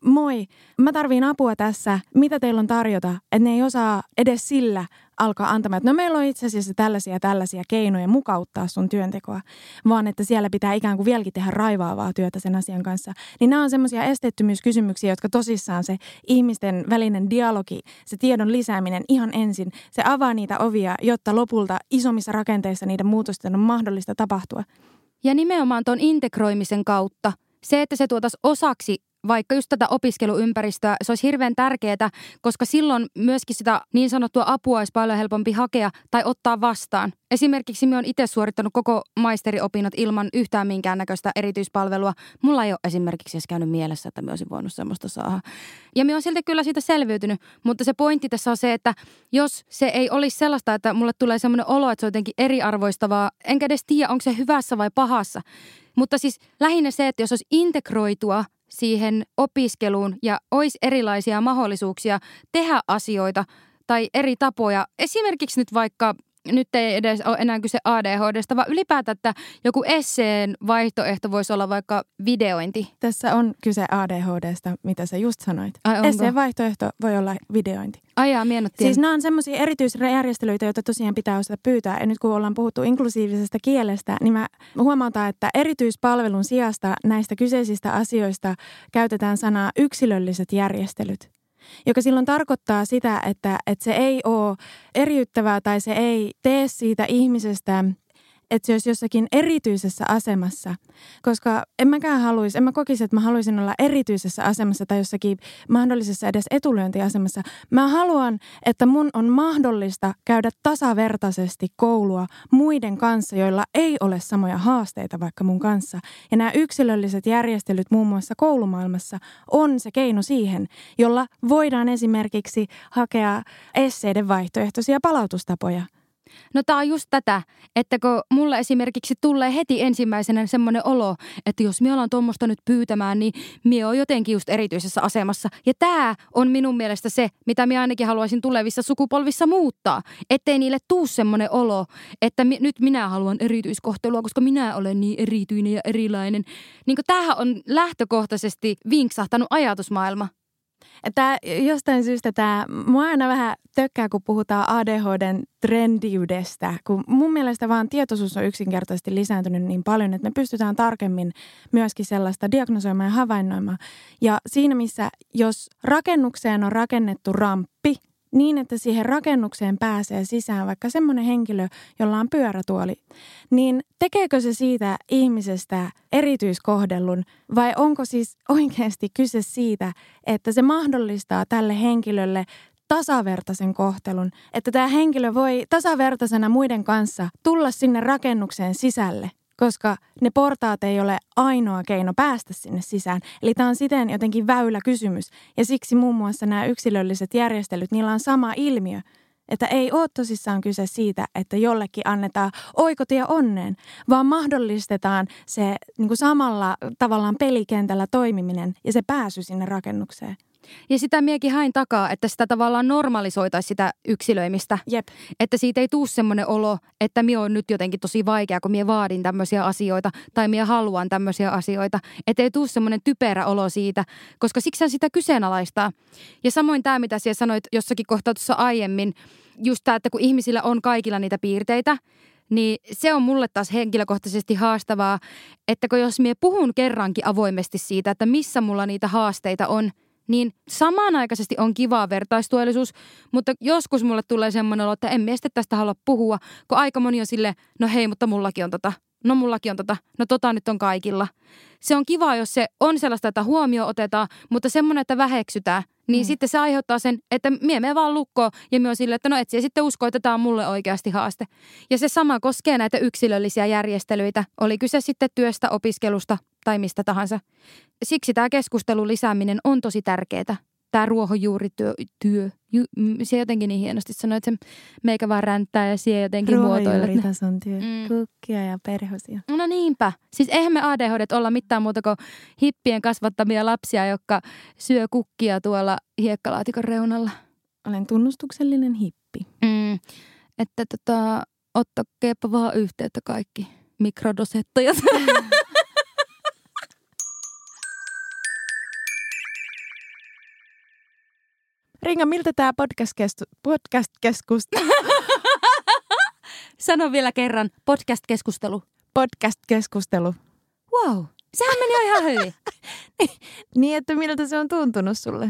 mä tarviin apua tässä, mitä teillä on tarjota, että ne ei osaa edes sillä alkaa antamaan, että no meillä on itse asiassa tällaisia keinoja mukauttaa sun työntekoa, vaan että siellä pitää ikään kuin vieläkin tehdä raivaavaa työtä sen asian kanssa. Niin nämä on semmoisia esteettömyyskysymyksiä, jotka tosissaan se ihmisten välinen dialogi, se tiedon lisääminen ihan ensin, se avaa niitä ovia, jotta lopulta isommissa rakenteissa niiden muutosten on mahdollista tapahtua. Ja nimenomaan tuon integroimisen kautta, se, että se tuotaisiin osaksi vaikka just tätä opiskeluympäristöä, se olisi hirveän tärkeää, koska silloin myöskin sitä niin sanottua apua olisi paljon helpompi hakea tai ottaa vastaan. Esimerkiksi minä olen itse suorittanut koko maisteriopinnot ilman yhtään minkäännäköistä erityispalvelua. Mulla ei ole esimerkiksi edes käynyt mielessä, että minä olisin voinut semmoista saada. Ja minä olen silti kyllä siitä selviytynyt, mutta se pointti tässä on se, että jos se ei olisi sellaista, että mulle tulee semmoinen olo, että se on jotenkin eriarvoistavaa, enkä edes tiedä, onko se hyvässä vai pahassa. Mutta siis lähinnä se, että jos olisi integroitua siihen opiskeluun ja olisi erilaisia mahdollisuuksia tehdä asioita tai eri tapoja. Esimerkiksi nyt vaikka, nyt ei edes ole enää kyse ADHDsta, vaan ylipäätään, että joku esseen vaihtoehto voisi olla vaikka videointi. Tässä on kyse ADHDsta, mitä sä just sanoit. Ai, esseen vaihtoehto voi olla videointi. Ai jaa, siis nämä on semmoisia erityisjärjestelyitä, joita tosiaan pitää osata pyytää. Ja nyt kun ollaan puhuttu inklusiivisesta kielestä, niin mä huomataan, että erityispalvelun sijasta näistä kyseisistä asioista käytetään sanaa yksilölliset järjestelyt. Joka silloin tarkoittaa sitä, että se ei ole eriyttävää tai se ei tee siitä ihmisestä, että se olisi jossakin erityisessä asemassa. Koska en mä kokisi, että mä haluaisin olla erityisessä asemassa tai jossakin mahdollisessa edes etulyöntiasemassa. Mä haluan, että mun on mahdollista käydä tasavertaisesti koulua muiden kanssa, joilla ei ole samoja haasteita vaikka mun kanssa. Ja nämä yksilölliset järjestelyt muun muassa koulumaailmassa on se keino siihen, jolla voidaan esimerkiksi hakea esseiden vaihtoehtoisia palautustapoja. No tää on just tätä, että kun mulle esimerkiksi tulee heti ensimmäisenä semmoinen olo, että jos minä ollaan tuommoista nyt pyytämään, niin minä olen jotenkin just erityisessä asemassa. Ja tää on minun mielestä se, mitä minä ainakin haluaisin tulevissa sukupolvissa muuttaa. Ettei niille tuu semmoinen olo, että nyt minä haluan erityiskohtelua, koska minä olen niin erityinen ja erilainen. Niin kuin tämähän on lähtökohtaisesti vinksahtanut ajatusmaailma. Että jostain syystä mua aina vähän tökkää, kun puhutaan ADHDn trendiydestä, kun mun mielestä vaan tietoisuus on yksinkertaisesti lisääntynyt niin paljon, että me pystytään tarkemmin myöskin sellaista diagnosoimaan ja havainnoimaan. Ja siinä missä, jos rakennukseen on rakennettu ramppi, niin, että siihen rakennukseen pääsee sisään vaikka semmoinen henkilö, jolla on pyörätuoli, niin tekeekö se siitä ihmisestä erityiskohdellun vai onko siis oikeasti kyse siitä, että se mahdollistaa tälle henkilölle tasavertaisen kohtelun, että tämä henkilö voi tasavertaisena muiden kanssa tulla sinne rakennukseen sisälle, koska ne portaat ei ole ainoa keino päästä sinne sisään. Eli tämä on siten jotenkin väyläkysymys. Ja siksi muun muassa nämä yksilölliset järjestelyt, niillä on sama ilmiö. Että ei ole tosissaan kyse siitä, että jollekin annetaan oikotie onneen, vaan mahdollistetaan se niin kuin samalla tavallaan pelikentällä toimiminen ja se pääsy sinne rakennukseen. Ja sitä miekin hain takaa, että sitä tavallaan normalisoitaisiin sitä yksilöimistä. Jep. Että siitä ei tule semmoinen olo, että minä on nyt jotenkin tosi vaikea, kun minä vaadin tämmöisiä asioita tai minä haluan tämmöisiä asioita. Että ei tule semmoinen typerä olo siitä, koska siksi sitä kyseenalaistaa. Ja samoin tämä, mitä sinä sanoit jossakin kohtaa tuossa aiemmin, just tämä, että kun ihmisillä on kaikilla niitä piirteitä, niin se on mulle taas henkilökohtaisesti haastavaa, että kun jos minä puhun kerrankin avoimesti siitä, että missä mulla niitä haasteita on, niin samanaikaisesti on kivaa vertaistuellisuus, mutta joskus mulle tulee semmoinen olo, että en miestä tästä halua puhua, kun aika moni on silleen, no hei, mutta mullakin on no tota nyt on kaikilla. Se on kiva, jos se on sellaista, että huomio otetaan, mutta semmoinen, että väheksytään, niin sitten se aiheuttaa sen, että mie menen vaan lukkoon ja mie on silleen, että no et siellä sitten usko, että tämä on mulle oikeasti haaste. Ja se sama koskee näitä yksilöllisiä järjestelyitä, oli kyse sitten työstä, opiskelusta tai mistä tahansa. Siksi tämä keskustelun lisääminen on tosi tärkeää. Tämä ruohonjuurityö, se jotenkin niin hienosti sanoi, että se meikä vaan ränttää ja sie jotenkin muotoilet. Ruohonjuuritason työ, kukkia ja perhosia. No niinpä. Siis eihän me ADHDt olla mitään muuta kuin hippien kasvattamia lapsia, jotka syö kukkia tuolla hiekkalaatikon reunalla. Olen tunnustuksellinen hippi. Että ottakeepa vaan yhteyttä kaikki mikrodosettajat. Ringa, miltä tämä podcast-keskustelu? Sano vielä kerran, podcast-keskustelu. Podcast-keskustelu. Wow, sehän meni jo ihan hyvin. Niin, että miltä se on tuntunut sulle?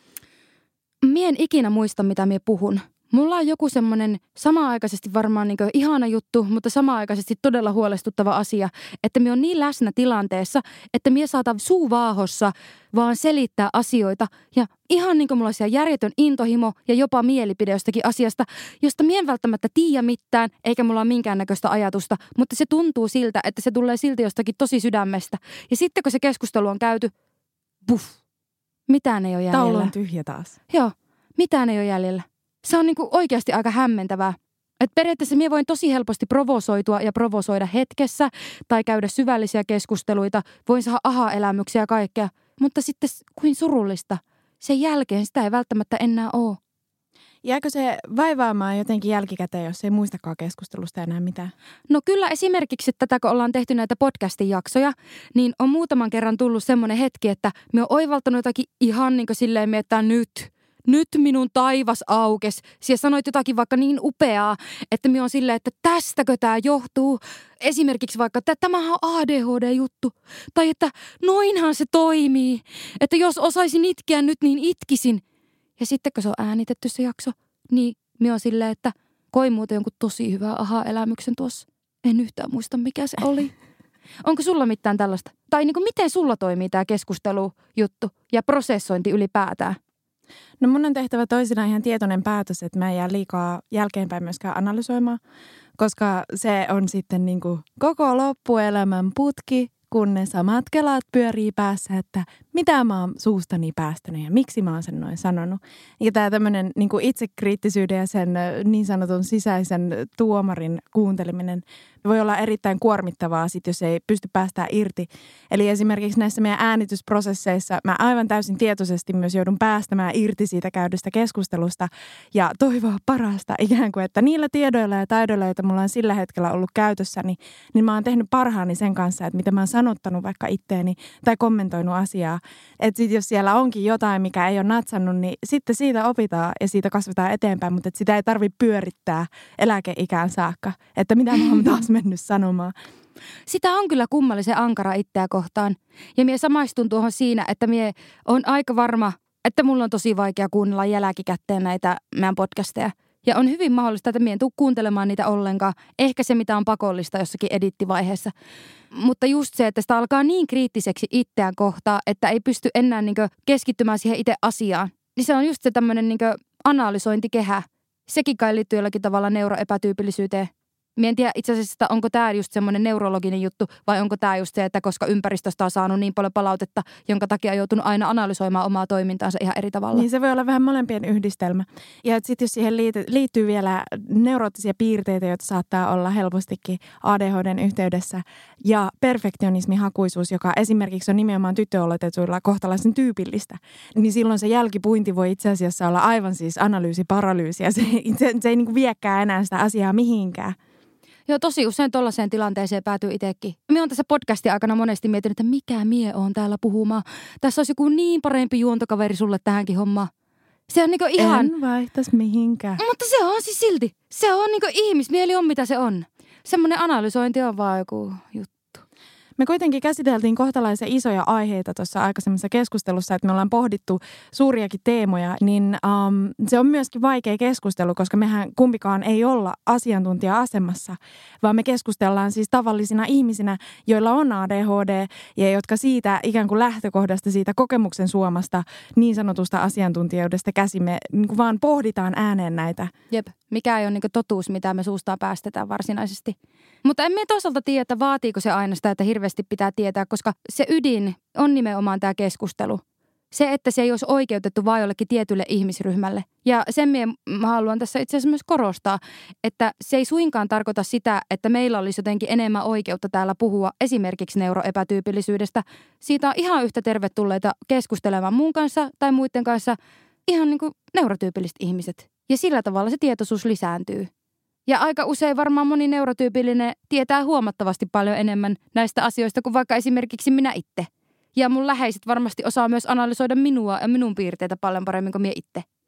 Mie en ikinä muista, mitä mie puhun. Mulla on joku semmoinen samaaikaisesti varmaan niin kuin ihana juttu, mutta samaaikaisesti todella huolestuttava asia, että mie on niin läsnä tilanteessa, että mie saatan suu vaahossa vaan selittää asioita. Ja ihan niin kuin mulla on siellä järjetön intohimo ja jopa mielipide jostakin asiasta, josta mie en välttämättä tiedä mitään, eikä mulla ole minkäännäköistä ajatusta, mutta se tuntuu siltä, että se tulee silti jostakin tosi sydämestä. Ja sitten kun se keskustelu on käyty, puff, mitään ei ole jäljellä. Taulu on tyhjä taas. Joo, mitään ei ole jäljellä. Se on niinku oikeasti aika hämmentävää. Et periaatteessa minä voin tosi helposti provosoitua ja provosoida hetkessä tai käydä syvällisiä keskusteluita. Voin saada aha-elämyksiä ja kaikkea, mutta sitten kuin surullista. Sen jälkeen sitä ei välttämättä enää ole. Jääkö se vaivaamaan jotenkin jälkikäteen, jos ei muistakaan keskustelusta enää mitään? No kyllä esimerkiksi tätä, kun ollaan tehty näitä podcastin jaksoja, niin on muutaman kerran tullut semmoinen hetki, että me on oivaltanut jotakin ihan niin kuin silleen, että nyt minun taivas aukes. Siellä sanoit jotakin vaikka niin upeaa, että minä on silleen, että tästäkö tämä johtuu. Esimerkiksi vaikka, että tämähän on ADHD-juttu. Tai että noinhan se toimii. Että jos osaisin itkeä nyt, niin itkisin. Ja sitten kun se on äänitetty se jakso, niin minä on silleen, että koin muuten jonkun tosi hyvää aha-elämyksen tuossa. En yhtään muista, mikä se oli. Onko sulla mitään tällaista? Tai niin kuin miten sulla toimii tämä keskustelujuttu ja prosessointi ylipäätään? No mun on tehtävä toisinaan ihan tietoinen päätös, että mä en jää liikaa jälkeenpäin myöskään analysoimaan, koska se on sitten niin kuin koko loppuelämän putki, kun ne samat kelat pyörii päässä, että mitä mä oon suustani päästänyt ja miksi mä oon sen noin sanonut. Ja tää tämmönen niin kuin itsekriittisyyden ja sen niin sanotun sisäisen tuomarin kuunteleminen voi olla erittäin kuormittavaa sit, jos ei pysty päästään irti. Eli esimerkiksi näissä meidän äänitysprosesseissa mä aivan täysin tietoisesti myös joudun päästämään irti siitä käydystä keskustelusta ja toivoa parasta ikään kuin, että niillä tiedoilla ja taidoilla, joita mulla on sillä hetkellä ollut käytössäni, niin mä oon tehnyt parhaani sen kanssa, että mitä mä oon sanottanut vaikka itteeni tai kommentoinut asiaa. Että sit jos siellä onkin jotain, mikä ei ole natsannut, niin sitten siitä opitaan ja siitä kasvetaan eteenpäin, mutta sitä ei tarvitse pyörittää eläkeikään saakka, että mitä mä oon taas mennyt sanomaan. Sitä on kyllä kummallisen ankara itseä kohtaan. Ja mie samaistun tuohon siinä, että mie on aika varma, että mulla on tosi vaikea kuunnella jälkikäteen näitä meidän podcasteja. Ja on hyvin mahdollista, että mie en tule kuuntelemaan niitä ollenkaan. Ehkä se, mitä on pakollista jossakin edittivaiheessa. Mutta just se, että sitä alkaa niin kriittiseksi itseään kohtaan, että ei pysty enää niin keskittymään siihen itse asiaan. Niin se on just se tämmöinen niin analysointikehä. Sekin kai liittyy jollakin tavalla neuroepätyypillisyyteen. Mie en tiedä itse asiassa, onko tämä just semmoinen neurologinen juttu vai onko tämä just se, että koska ympäristöstä on saanut niin paljon palautetta, jonka takia on joutunut aina analysoimaan omaa toimintaansa ihan eri tavalla. Niin se voi olla vähän molempien yhdistelmä. Ja sitten jos siihen liittyy vielä neuroottisia piirteitä, joita saattaa olla helpostikin ADHDn yhteydessä ja perfektionismihakuisuus, joka esimerkiksi on nimenomaan tyttöoletetuilla kohtalaisen tyypillistä, niin silloin se jälkipuinti voi itse asiassa olla aivan siis analyysi-paralyysi ja se ei niin kuin viekään enää sitä asiaa mihinkään. Joo, tosi usein tollaiseen tilanteeseen päätyy itsekin. Minä olen tässä podcastin aikana monesti miettinyt, että mikä mie on täällä puhumaan. Tässä olisi joku niin parempi juontokaveri sulle tähänkin hommaan. Se on niinku ihan... En vaihtaisi mihinkään. Mutta se on siis silti. Se on niinku ihmismieli on mitä se on. Semmoinen analysointi on vaan joku juttu. Me kuitenkin käsiteltiin kohtalaisen isoja aiheita tuossa aikaisemmassa keskustelussa, että me ollaan pohdittu suuriakin teemoja, niin se on myöskin vaikea keskustelu, koska mehän kumpikaan ei olla asiantuntija-asemassa, vaan me keskustellaan siis tavallisina ihmisinä, joilla on ADHD ja jotka siitä ikään kuin lähtökohdasta, siitä kokemuksen suomasta niin sanotusta asiantuntijuudesta käsimme, niin kuin vaan pohditaan ääneen näitä. Jep, mikä ei ole niin kuin totuus, mitä me suustaan päästetään varsinaisesti. Mutta en minä toisaalta tiedä, että vaatiiko se aina sitä, että hirveästi pitää tietää, koska se ydin on nimenomaan tämä keskustelu. Se, että se ei olisi oikeutettu vain jollekin tietylle ihmisryhmälle. Ja sen minä haluan tässä itse asiassa myös korostaa, että se ei suinkaan tarkoita sitä, että meillä olisi jotenkin enemmän oikeutta täällä puhua esimerkiksi neuroepätyypillisyydestä. Siitä on ihan yhtä tervetulleita keskustelemaan mun kanssa tai muiden kanssa ihan niin kuin neurotyypilliset ihmiset. Ja sillä tavalla se tietoisuus lisääntyy. Ja aika usein varmaan moni neurotyypillinen tietää huomattavasti paljon enemmän näistä asioista kuin vaikka esimerkiksi minä itse. Ja mun läheiset varmasti osaa myös analysoida minua ja minun piirteitä paljon paremmin kuin minä itse.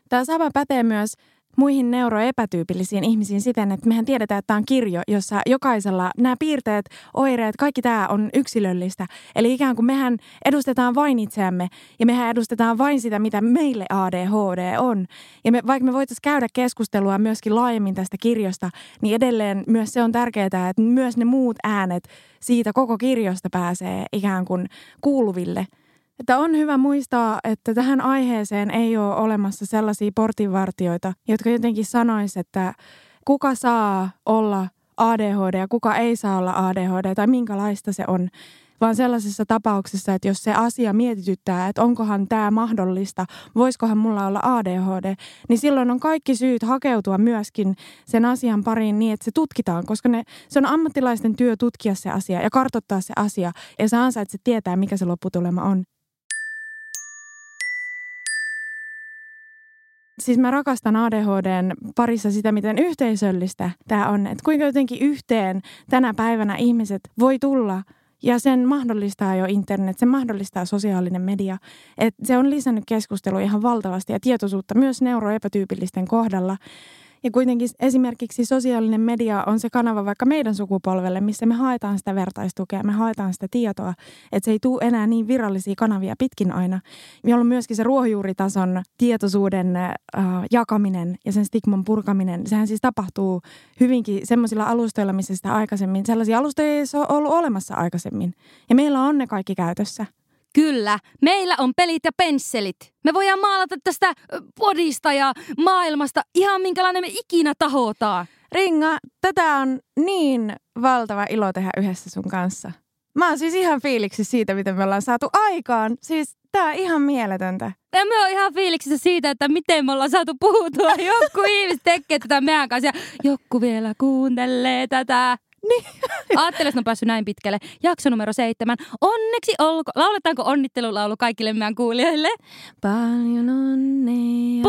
Tämä sama pätee myös muihin neuroepätyypillisiin ihmisiin siten, että mehän tiedetään, että tämä on kirjo, jossa jokaisella nämä piirteet, oireet, kaikki tämä on yksilöllistä. Eli ikään kuin mehän edustetaan vain itseämme ja mehän edustetaan vain sitä, mitä meille ADHD on. Ja vaikka me voitaisiin käydä keskustelua myöskin laajemmin tästä kirjosta, niin edelleen myös se on tärkeää, että myös ne muut äänet siitä koko kirjosta pääsee ikään kuin kuuluville. Että on hyvä muistaa, että tähän aiheeseen ei ole olemassa sellaisia portinvartijoita, jotka jotenkin sanois, että kuka saa olla ADHD ja kuka ei saa olla ADHD tai minkälaista se on. Vaan sellaisessa tapauksessa, että jos se asia mietityttää, että onkohan tämä mahdollista, voisikohan mulla olla ADHD, niin silloin on kaikki syyt hakeutua myöskin sen asian pariin niin, että se tutkitaan, koska se on ammattilaisten työ tutkia se asia ja kartoittaa se asia ja sä ansaitset tietää, mikä se lopputulema on. Siis mä rakastan ADHDn parissa sitä, miten yhteisöllistä tämä on. Että kuinka jotenkin yhteen tänä päivänä ihmiset voi tulla. Ja sen mahdollistaa jo internet, sen mahdollistaa sosiaalinen media. Että se on lisännyt keskustelua ihan valtavasti ja tietoisuutta myös neuroepätyypillisten kohdalla. Ja kuitenkin esimerkiksi sosiaalinen media on se kanava vaikka meidän sukupolvelle, missä me haetaan sitä vertaistukea, me haetaan sitä tietoa, että se ei tule enää niin virallisia kanavia pitkin aina. Jolloin myöskin se ruohonjuuritason tietoisuuden jakaminen ja sen stigman purkaminen, sehän siis tapahtuu hyvinkin semmoisilla alustoilla, missä sitä aikaisemmin, sellaisia alustoja ei ole ollut olemassa aikaisemmin. Ja meillä on ne kaikki käytössä. Kyllä, meillä on pelit ja pensselit. Me voidaan maalata tästä podista ja maailmasta ihan minkälainen me ikinä tahotaan. Ringa, tätä on niin valtava ilo tehdä yhdessä sun kanssa. Mä oon siis ihan fiiliksi siitä, miten me ollaan saatu aikaan. Siis tää on ihan mieletöntä. Ja me on ihan fiiliksissä siitä, että miten me ollaan saatu puhutua. Joku ihmiset tekee tätä meidän kanssa ja joku vielä kuuntelee tätä. Niin. Aatteles on päässyt näin pitkälle. Jakso numero 7. Onneksi olko. Lauletaanko onnittelulaulu kaikille meidän kuulijoille? Paljon onnea.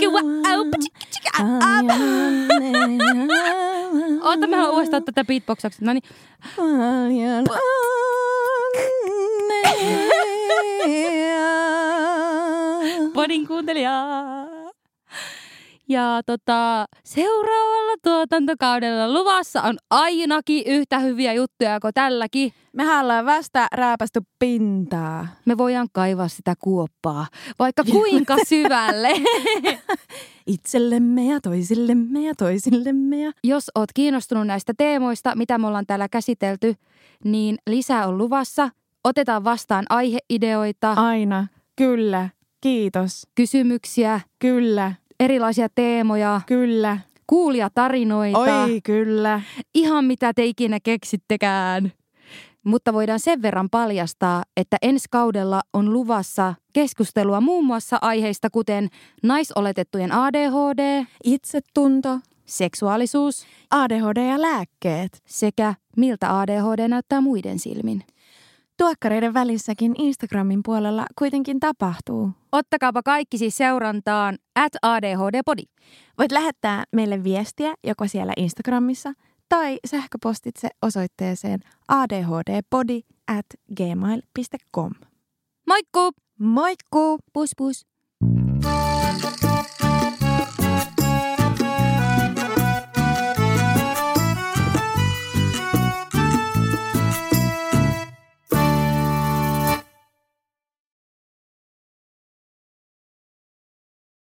Oota, mä haluan uudestaan tätä beatboxauksia. No niin. Paljon onnea. Podin kuuntelijaa. Ja seuraavalla tuotantokaudella luvassa on ainakin yhtä hyviä juttuja kuin tälläkin. Mehän ollaan vasta rääpästy pintaa. Me voidaan kaivaa sitä kuoppaa, vaikka kuinka syvälle. Itsellemme ja toisillemme ja toisillemme. Jos oot kiinnostunut näistä teemoista, mitä me ollaan täällä käsitelty, niin lisää on luvassa. Otetaan vastaan aiheideoita. Aina. Kyllä. Kiitos. Kysymyksiä. Kyllä. Erilaisia teemoja. Kyllä. Kuulijatarinoita. Oi, kyllä. Ihan mitä te ikinä keksittekään. Mutta voidaan sen verran paljastaa, että ensi kaudella on luvassa keskustelua muun muassa aiheista kuten naisoletettujen ADHD, itsetunto, seksuaalisuus, ADHD ja lääkkeet sekä miltä ADHD näyttää muiden silmin. Tuokkareiden välissäkin Instagramin puolella kuitenkin tapahtuu. Ottakaapa kaikki siis seurantaan @ADHDpodi. Voit lähettää meille viestiä joko siellä Instagramissa tai sähköpostitse osoitteeseen adhdpodi@gmail.com. Moikku! Moikku! Pus pus!